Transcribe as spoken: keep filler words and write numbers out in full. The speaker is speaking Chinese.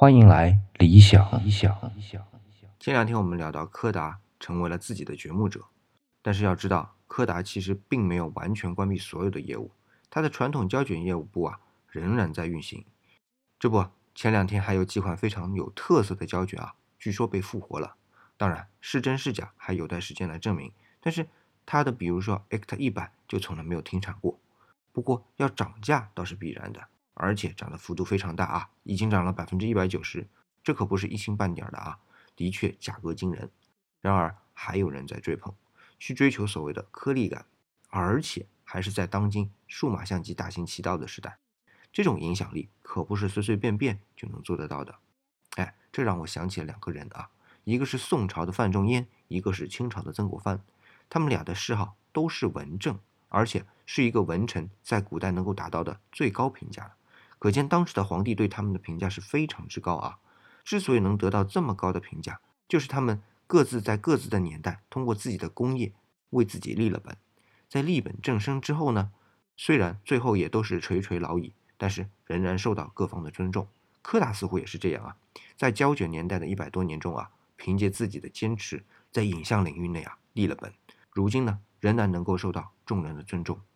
欢迎来理想。理想。 前两天我们聊到柯达成为了自己的掘墓者，但是要知道，柯达其实并没有完全关闭所有的业务，它的传统胶卷业务部啊仍然在运行。这不，前两天还有几款非常有特色的胶卷啊，据说被复活了。当然，是真是假还有待时间来证明。但是它的比如说 A C T 一百就从来没有停产过。不过要涨价倒是必然的，而且涨的幅度非常大啊，已经涨了百分之一百九十，这可不是一星半点的啊，的确价格惊人。然而还有人在追捧，去追求所谓的颗粒感，而且还是在当今数码相机大行其道的时代，这种影响力可不是随随便便就能做得到的。哎，这让我想起了两个人啊，一个是宋朝的范仲淹，一个是清朝的曾国藩，他们俩的谥号都是文正，而且是一个文臣在古代能够达到的最高评价了。可见当时的皇帝对他们的评价是非常之高啊。之所以能得到这么高的评价，就是他们各自在各自的年代通过自己的功业为自己立了本。在立本正身之后呢，虽然最后也都是垂垂老矣，但是仍然受到各方的尊重。柯达似乎也是这样啊，在胶卷年代的一百多年中啊，凭借自己的坚持，在影像领域内啊立了本，如今呢仍然能够受到众人的尊重。